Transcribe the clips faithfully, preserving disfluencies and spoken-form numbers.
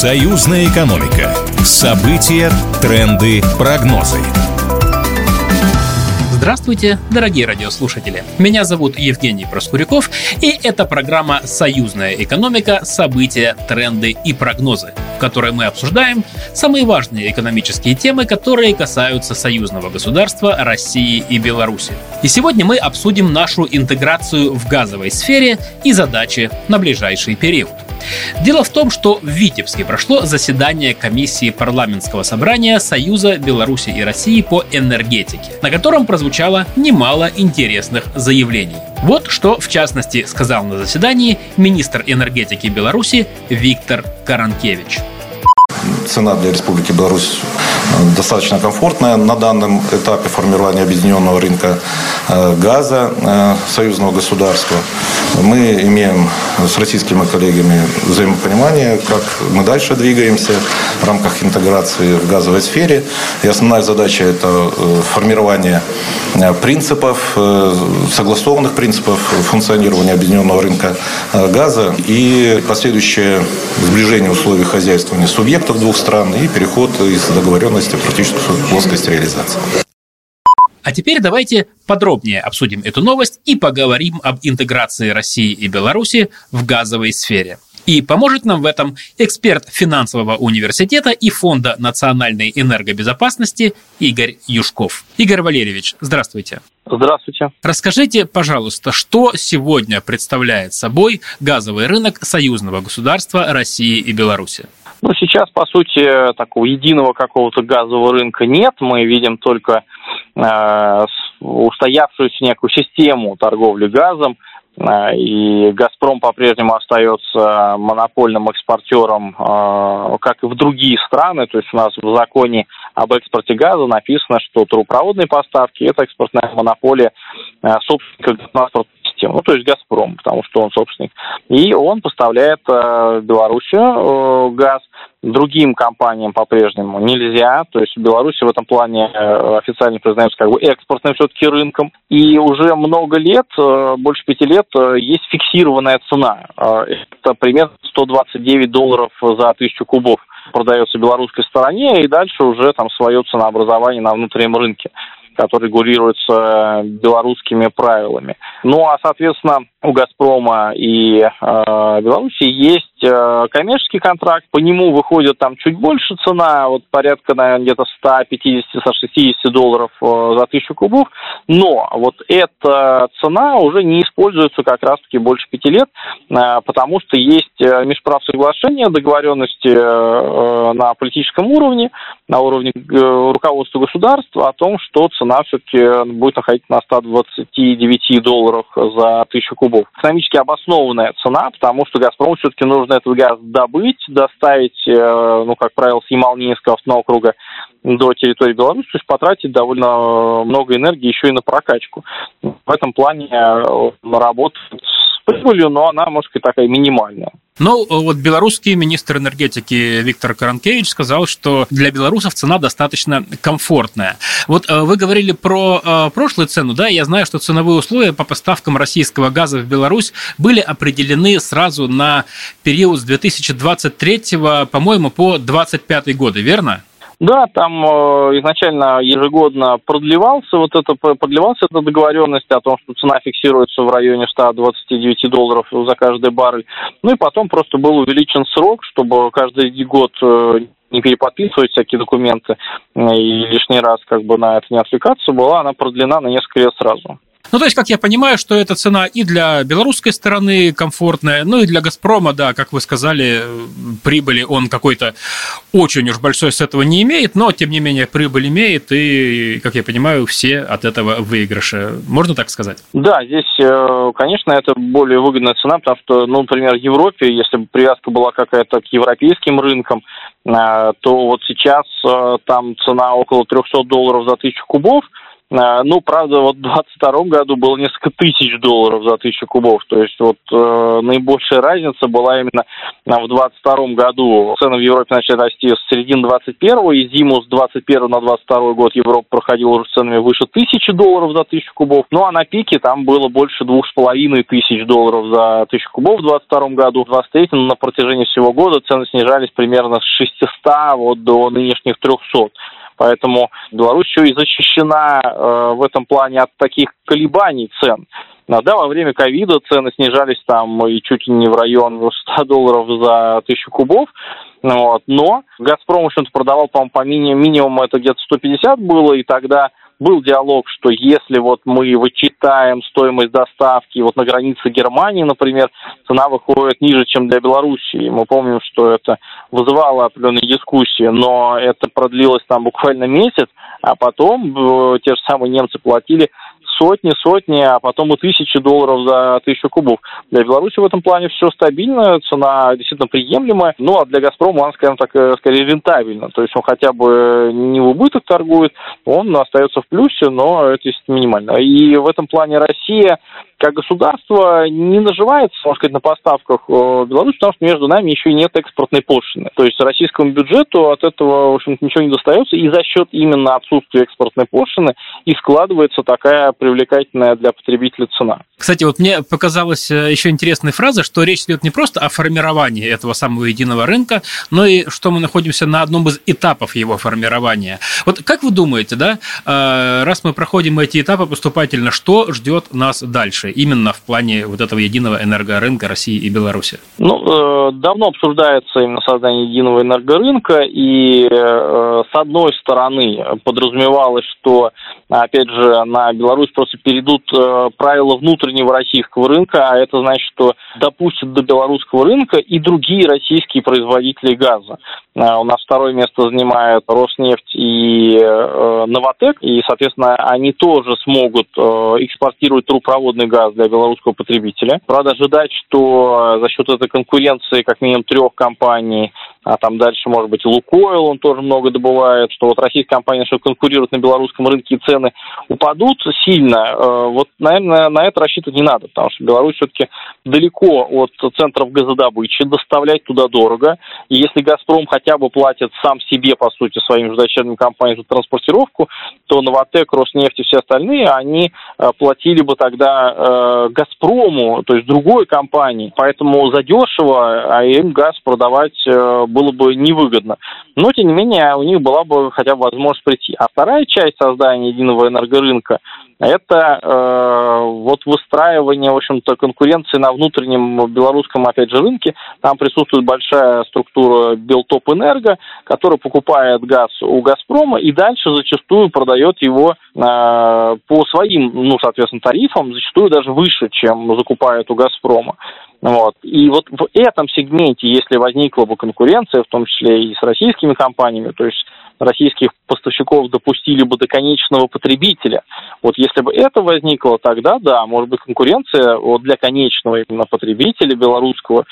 Союзная экономика. События, тренды, прогнозы. Здравствуйте, дорогие радиослушатели. Меня зовут Евгений Проскуряков, и это программа «Союзная экономика. События, тренды и прогнозы», в которой мы обсуждаем самые важные экономические темы, которые касаются союзного государства России и Беларуси. И сегодня мы обсудим нашу интеграцию в газовой сфере и задачи на ближайший период. Дело в том, что в Витебске прошло заседание комиссии парламентского собрания Союза Беларуси и России по энергетике, на котором прозвучало немало интересных заявлений. Вот что, в частности, сказал на заседании министр энергетики Беларуси Виктор Каранкевич. Цена для Республики Беларусь достаточно комфортная на данном этапе формирования объединенного рынка газа союзного государства. Мы имеем с российскими коллегами взаимопонимание, как мы дальше двигаемся в рамках интеграции в газовой сфере. И основная задача – это формирование принципов, согласованных принципов функционирования объединенного рынка газа и последующее сближение условий хозяйствования субъектов двух стран и переход из договоренности в практическую плоскость реализации. А теперь давайте подробнее обсудим эту новость и поговорим об интеграции России и Беларуси в газовой сфере. И поможет нам в этом эксперт финансового университета и Фонда национальной энергобезопасности Игорь Юшков. Игорь Валерьевич, здравствуйте. Здравствуйте. Расскажите, пожалуйста, что сегодня представляет собой газовый рынок союзного государства России и Беларуси? Ну, сейчас, по сути, такого единого какого-то газового рынка нет. Мы видим только э, устоявшуюся некую систему торговли газом. Э, и «Газпром» по-прежнему остается монопольным экспортером, э, как и в другие страны. То есть у нас в законе об экспорте газа написано, что трубопроводные поставки – это экспортная монополия э, собственника газотранспортной системы. Ну, то есть «Газпром», потому что он собственник. И он поставляет э, в Белоруссию э, газ. Другим компаниям по-прежнему нельзя. То есть Беларусь в этом плане официально признается как бы экспортным все-таки рынком. И уже много лет, больше пяти лет, есть фиксированная цена. Это примерно сто двадцать девять долларов за тысячу кубов продается белорусской стороне, и дальше уже там свое ценообразование на внутреннем рынке, который регулируется белорусскими правилами. Ну, а, соответственно, у «Газпрома» и э, Беларуси есть э, коммерческий контракт, по нему выходит там чуть больше цена, вот порядка, наверное, где-то сто пятьдесят - сто шестьдесят долларов э, за тысячу кубов, но вот эта цена уже не используется как раз-таки больше пяти лет, э, потому что есть межправ соглашения, договоренности э, на политическом уровне, на уровне э, руководства государства о том, что цена все-таки будет находиться на ста двадцати девяти долларах за тысячу кубов. Экономически обоснованная цена, потому что «Газпрому» все-таки нужно этот газ добыть, доставить, ну, как правило, с Ямал-Ненецкого автономного округа до территории Беларуси, то есть потратить довольно много энергии еще и на прокачку. В этом плане работает с прибылью, но она, может быть, такая минимальная. Ну, вот белорусский министр энергетики Виктор Каранкевич сказал, что для белорусов цена достаточно комфортная. Вот вы говорили про э, прошлую цену, да, я знаю, что ценовые условия по поставкам российского газа в Беларусь были определены сразу на период с две тысячи двадцать третьего, по-моему, по двадцать пятый годы, верно? Да, там э, изначально ежегодно продлевался вот это, продлевалась эта договоренность о том, что цена фиксируется в районе ста двадцати девяти долларов за каждый баррель. Ну и потом просто был увеличен срок, чтобы каждый год э, не переподписывать всякие документы и лишний раз как бы на это не отвлекаться, была она продлена на несколько лет сразу. Ну, то есть, как я понимаю, что эта цена и для белорусской стороны комфортная, ну и для «Газпрома», да, как вы сказали, прибыли он какой-то очень уж большой с этого не имеет, но, тем не менее, прибыль имеет, и, как я понимаю, все от этого выигрыши. Можно так сказать? Да, здесь, конечно, это более выгодная цена, потому что, ну, например, в Европе, если бы привязка была какая-то к европейским рынкам, то вот сейчас там цена около трехсот долларов за тысячу кубов, Ну, правда, вот в двадцать втором году было несколько тысяч долларов за тысячу кубов. То есть вот э, наибольшая разница была именно в двадцать втором году. Цены в Европе начали расти с середины двадцать первого, и зиму с двадцать первого на двадцать второй год Европа проходила уже с ценами выше тысячи долларов за тысячу кубов. Ну, а на пике там было больше двух с половиной тысяч долларов за тысячу кубов в двадцать втором году. В двадцать третьем на протяжении всего года цены снижались примерно с шестисот вот до нынешних трехсот. Поэтому Беларусь еще и защищена э, в этом плане от таких колебаний цен. Да, во время ковида цены снижались там и чуть ли не в район ста долларов за тысячу кубов. Вот. Но «Газпром», в общем-то, продавал, по-моему, по минимуму, минимум это где-то сто пятьдесят было, и тогда был диалог, что если вот мы вычитаем стоимость доставки вот на границе Германии, например, цена выходит ниже, чем для Белоруссии. Мы помним, что это вызывало определенные дискуссии, но это продлилось там буквально месяц, а потом э, те же самые немцы платили сотни, сотни, а потом и тысячи долларов за тысячу кубов. Для Беларуси в этом плане все стабильно, цена действительно приемлемая, ну а для «Газпрома» он, скажем так, скорее рентабельно, то есть он хотя бы не в убыток торгует, он остается в плюсе, но это естественно минимально. И в этом плане Россия как государство не наживается, можно сказать, на поставках Беларуси, потому что между нами еще и нет экспортной пошлины. То есть российскому бюджету от этого, в общем-то, ничего не достается, и за счет именно отсутствия экспортной пошлины и складывается такая привлекательная для потребителя цена. Кстати, вот мне показалась еще интересная фраза, что речь идет не просто о формировании этого самого единого рынка, но и что мы находимся на одном из этапов его формирования. Вот как вы думаете, да, раз мы проходим эти этапы поступательно, что ждет нас дальше? Именно в плане вот этого единого энергорынка России и Беларуси? Ну, э, давно обсуждается именно создание единого энергорынка, и э, с одной стороны подразумевалось, что, опять же, на Беларусь просто перейдут э, правила внутреннего российского рынка, а это значит, что допустят до белорусского рынка и другие российские производители газа. Э, у нас второе место занимают Роснефть и э, Новатэк, и, соответственно, они тоже смогут э, экспортировать трубопроводный газ для белорусского потребителя. Правда, ожидать, что за счет этой конкуренции как минимум трех компаний, а там дальше, может быть, Лукойл, он тоже много добывает, что вот российские компании, что конкурируют на белорусском рынке, и цены упадут сильно, вот, наверное, на это рассчитывать не надо, потому что Беларусь все-таки далеко от центров газодобычи, доставлять туда дорого, и если «Газпром» хотя бы платит сам себе, по сути, своим же дочерним компаниям за транспортировку, то «Новатэк», «Роснефть» и все остальные, они платили бы тогда э, «Газпрому», то есть другой компании, поэтому задешево, а им газ продавать э, было бы невыгодно. Но, тем не менее, у них была бы хотя бы возможность прийти. А вторая часть создания единого энергорынка – это э, вот выстраивание, в общем-то, конкуренции на внутреннем белорусском, опять же, рынке. Там присутствует большая структура Белтопэнерго, которая покупает газ у «Газпрома» и дальше зачастую продает его э, по своим, ну, соответственно, тарифам, зачастую даже выше, чем закупает у «Газпрома». Вот. И вот в этом сегменте, если возникла бы конкуренция, в том числе и с российскими компаниями, то есть российских поставщиков допустили бы до конечного потребителя. Вот если бы это возникло, тогда да, может быть, конкуренция вот для конечного именно потребителя белорусского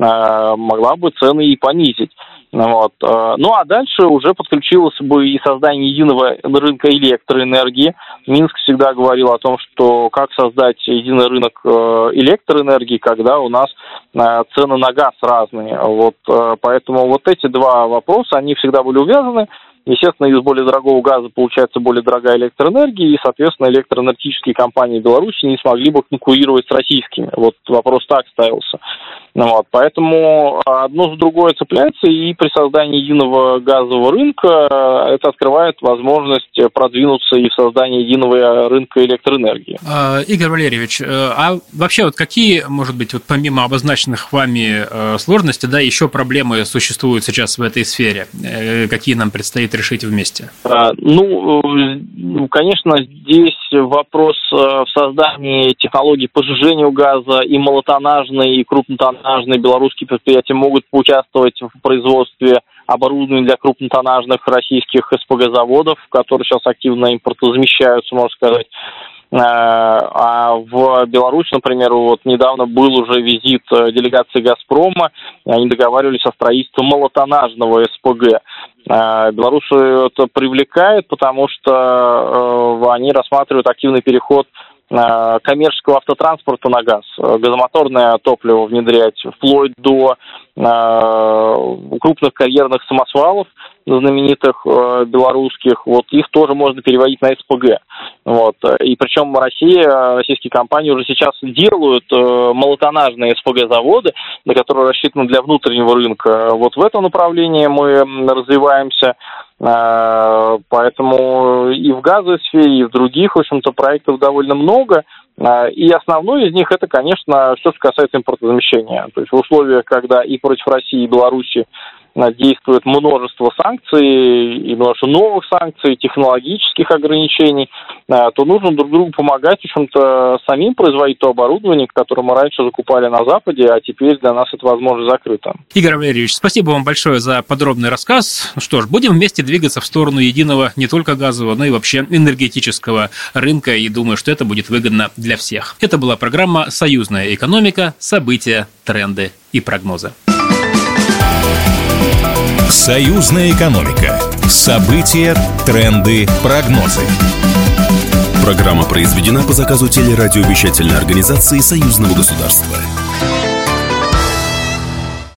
э, могла бы цены и понизить. Вот. Ну а дальше уже подключилось бы и создание единого рынка электроэнергии. Минск всегда говорил о том, что как создать единый рынок электроэнергии, когда у нас цены на газ разные. Вот. Поэтому вот эти два вопроса, они всегда были увязаны. Естественно, из более дорогого газа получается более дорогая электроэнергия, и, соответственно, электроэнергетические компании Беларуси не смогли бы конкурировать с российскими. Вот вопрос так ставился. Вот, поэтому одно за другое цепляется, и при создании единого газового рынка это открывает возможность продвинуться и в создании единого рынка электроэнергии. Игорь Валерьевич, а вообще вот какие, может быть, вот помимо обозначенных вами сложностей, да, еще проблемы существуют сейчас в этой сфере? Какие нам предстоит решить вместе? Ну, конечно, здесь вопрос в создании технологий по сжижению газа, и малотоннажные, и крупнотоннажные белорусские предприятия могут поучаствовать в производстве оборудования для крупнотоннажных российских СПГ-заводов, которые сейчас активно импортозамещаются, можно сказать. А в Беларусь, например, вот недавно был уже визит делегации «Газпрома», они договаривались о строительстве малотоннажного СПГ. Белорусы это привлекает, потому что они рассматривают активный переход коммерческого автотранспорта на газ. Газомоторное топливо внедрять вплоть до крупных карьерных самосвалов знаменитых э, белорусских, вот их тоже можно переводить на СПГ. Вот. И причем Россия, российские компании уже сейчас делают э, малотоннажные СПГ-заводы, на которые рассчитаны для внутреннего рынка. Вот в этом направлении мы развиваемся. Э, поэтому и в газовой сфере, и в других, в общем-то, проектов довольно много. И основной из них это, конечно, все, что касается импортозамещения. То есть в условиях, когда и против России, и Беларуси действует множество санкций, и множество новых санкций, технологических ограничений, то нужно друг другу помогать, в общем-то, самим производить то оборудование, которое мы раньше закупали на Западе, а теперь для нас эта возможность закрыта. Игорь Валерьевич, спасибо вам большое за подробный рассказ. Ну что ж, будем вместе двигаться в сторону единого не только газового, но и вообще энергетического рынка, и думаю, что это будет выгодно для всех. Это была программа «Союзная экономика. События, тренды и прогнозы». Союзная экономика. События, тренды, прогнозы. Программа произведена по заказу телерадиовещательной организации Союзного государства.